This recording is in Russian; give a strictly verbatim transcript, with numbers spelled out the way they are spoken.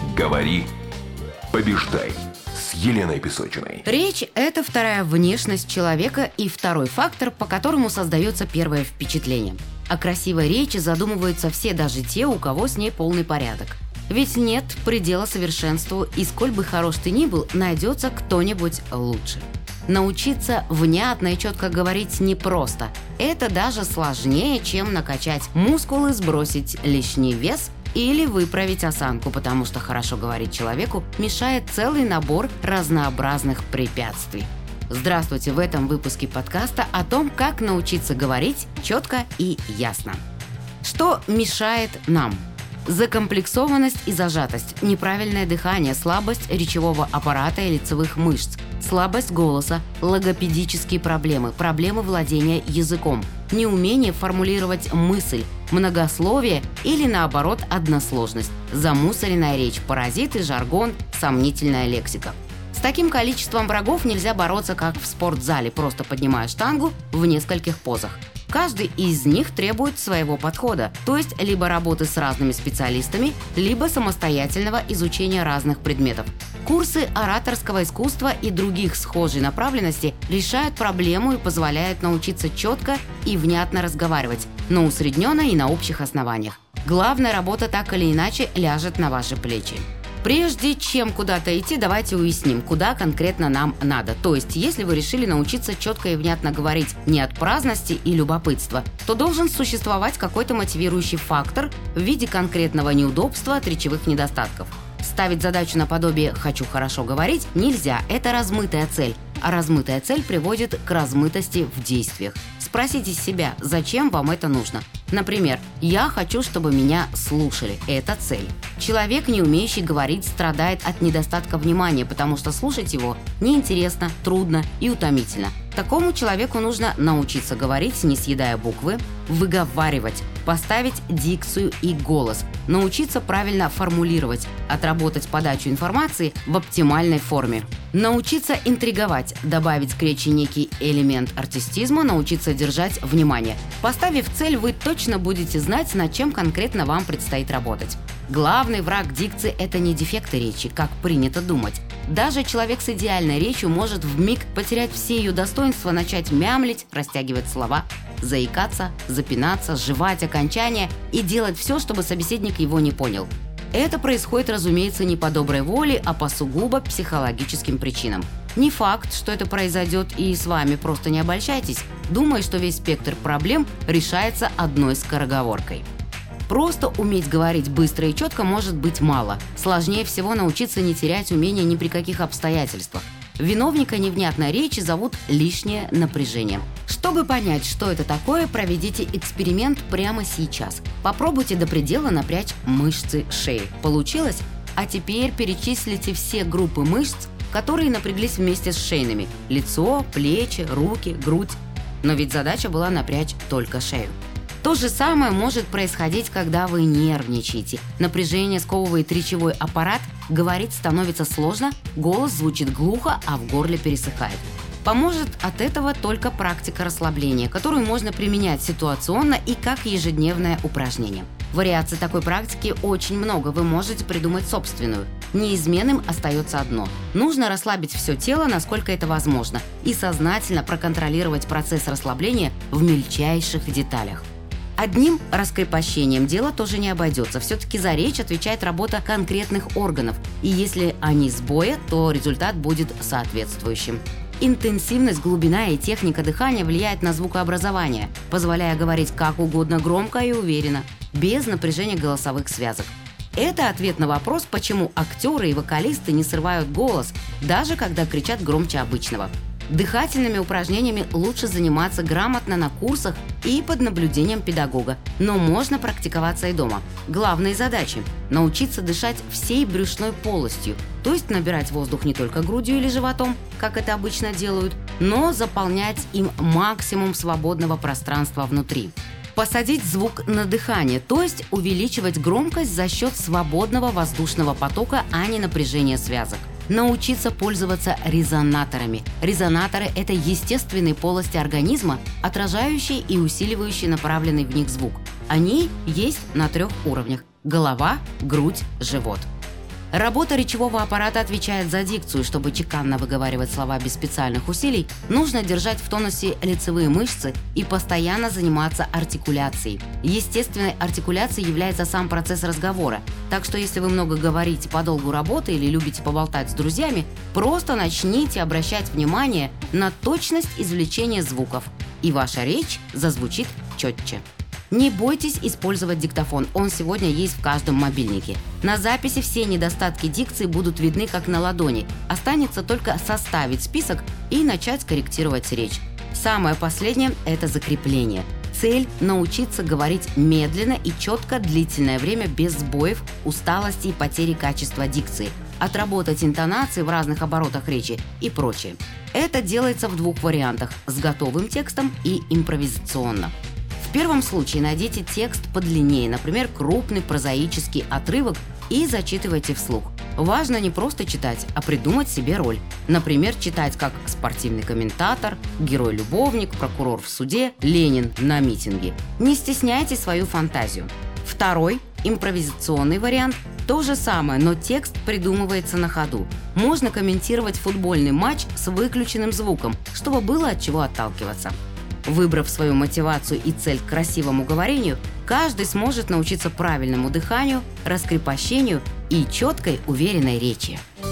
Говори, побеждай с Еленой Песочиной. Речь – это вторая внешность человека и второй фактор, по которому создается первое впечатление. О красивой речи задумываются все, даже те, у кого с ней полный порядок. Ведь нет предела совершенству, и сколь бы хорош ты ни был, найдется кто-нибудь лучше. Научиться внятно и четко говорить непросто. Это даже сложнее, чем накачать мускулы, сбросить лишний вес или выправить осанку, потому что хорошо говорить человеку мешает целый набор разнообразных препятствий. Здравствуйте! В этом выпуске подкаста о том, как научиться говорить четко и ясно. Что мешает нам? Закомплексованность и зажатость, неправильное дыхание, слабость речевого аппарата и лицевых мышц, слабость голоса, логопедические проблемы, проблемы владения языком, неумение формулировать мысль, многословие или, наоборот, односложность, замусоренная речь, паразиты, жаргон, сомнительная лексика. С таким количеством врагов нельзя бороться, как в спортзале, просто поднимая штангу в нескольких позах. Каждый из них требует своего подхода, то есть либо работы с разными специалистами, либо самостоятельного изучения разных предметов. Курсы ораторского искусства и других схожей направленности решают проблему и позволяют научиться четко и внятно разговаривать, но усредненно и на общих основаниях. Главная работа так или иначе ляжет на ваши плечи. Прежде чем куда-то идти, давайте уясним, куда конкретно нам надо. То есть, если вы решили научиться четко и внятно говорить не от праздности и любопытства, то должен существовать какой-то мотивирующий фактор в виде конкретного неудобства от речевых недостатков. Ставить задачу наподобие «хочу хорошо говорить» нельзя, это размытая цель. А размытая цель приводит к размытости в действиях. Спросите себя, зачем вам это нужно. Например, «я хочу, чтобы меня слушали» – это цель. Человек, не умеющий говорить, страдает от недостатка внимания, потому что слушать его неинтересно, трудно и утомительно. Такому человеку нужно научиться говорить, не съедая буквы, выговаривать, поставить дикцию и голос, научиться правильно формулировать, отработать подачу информации в оптимальной форме. Научиться интриговать, добавить к речи некий элемент артистизма, научиться держать внимание. Поставив цель, вы точно будете знать, над чем конкретно вам предстоит работать. Главный враг дикции – это не дефекты речи, как принято думать. Даже человек с идеальной речью может вмиг потерять все ее достоинства, начать мямлить, растягивать слова, заикаться, запинаться, сживать окончания и делать все, чтобы собеседник его не понял. Это происходит, разумеется, не по доброй воле, а по сугубо психологическим причинам. Не факт, что это произойдет и с вами, просто не обольщайтесь, думая, что весь спектр проблем решается одной скороговоркой. Просто уметь говорить быстро и четко может быть мало. Сложнее всего научиться не терять умения ни при каких обстоятельствах. Виновника невнятной речи зовут лишнее напряжение. Чтобы понять, что это такое, проведите эксперимент прямо сейчас. Попробуйте до предела напрячь мышцы шеи. Получилось? А теперь перечислите все группы мышц, которые напряглись вместе с шейными. Лицо, плечи, руки, грудь. Но ведь задача была напрячь только шею. То же самое может происходить, когда вы нервничаете. Напряжение сковывает речевой аппарат, говорить становится сложно, голос звучит глухо, а в горле пересыхает. Поможет от этого только практика расслабления, которую можно применять ситуационно и как ежедневное упражнение. Вариаций такой практики очень много, вы можете придумать собственную. Неизменным остается одно. Нужно расслабить все тело, насколько это возможно, и сознательно проконтролировать процесс расслабления в мельчайших деталях. Одним раскрепощением дело тоже не обойдется. Все-таки за речь отвечает работа конкретных органов, и если они сбоя, то результат будет соответствующим. Интенсивность, глубина и техника дыхания влияет на звукообразование, позволяя говорить как угодно громко и уверенно, без напряжения голосовых связок. Это ответ на вопрос, почему актеры и вокалисты не срывают голос, даже когда кричат громче обычного. Дыхательными упражнениями лучше заниматься грамотно на курсах и под наблюдением педагога, но можно практиковаться и дома. Главные задачи – научиться дышать всей брюшной полостью, то есть набирать воздух не только грудью или животом, как это обычно делают, но заполнять им максимум свободного пространства внутри. Посадить звук на дыхание, то есть увеличивать громкость за счет свободного воздушного потока, а не напряжения связок. Научиться пользоваться резонаторами. Резонаторы – это естественные полости организма, отражающие и усиливающие направленный в них звук. Они есть на трех уровнях – голова, грудь, живот. Работа речевого аппарата отвечает за дикцию. Чтобы чеканно выговаривать слова без специальных усилий, нужно держать в тонусе лицевые мышцы и постоянно заниматься артикуляцией. Естественной артикуляцией является сам процесс разговора. Так что если вы много говорите по долгу работы или любите поболтать с друзьями, просто начните обращать внимание на точность извлечения звуков, и ваша речь зазвучит четче. Не бойтесь использовать диктофон, он сегодня есть в каждом мобильнике. На записи все недостатки дикции будут видны как на ладони, останется только составить список и начать корректировать речь. Самое последнее – это закрепление. Цель – научиться говорить медленно и четко длительное время без сбоев, усталости и потери качества дикции, отработать интонации в разных оборотах речи и прочее. Это делается в двух вариантах – с готовым текстом и импровизационно. В первом случае найдите текст подлиннее, например, крупный прозаический отрывок, и зачитывайте вслух. Важно не просто читать, а придумать себе роль. Например, читать как спортивный комментатор, герой-любовник, прокурор в суде, Ленин на митинге. Не стесняйте свою фантазию. Второй, импровизационный вариант – то же самое, но текст придумывается на ходу. Можно комментировать футбольный матч с выключенным звуком, чтобы было от чего отталкиваться. Выбрав свою мотивацию и цель к красивому говорению, каждый сможет научиться правильному дыханию, раскрепощению и четкой, уверенной речи.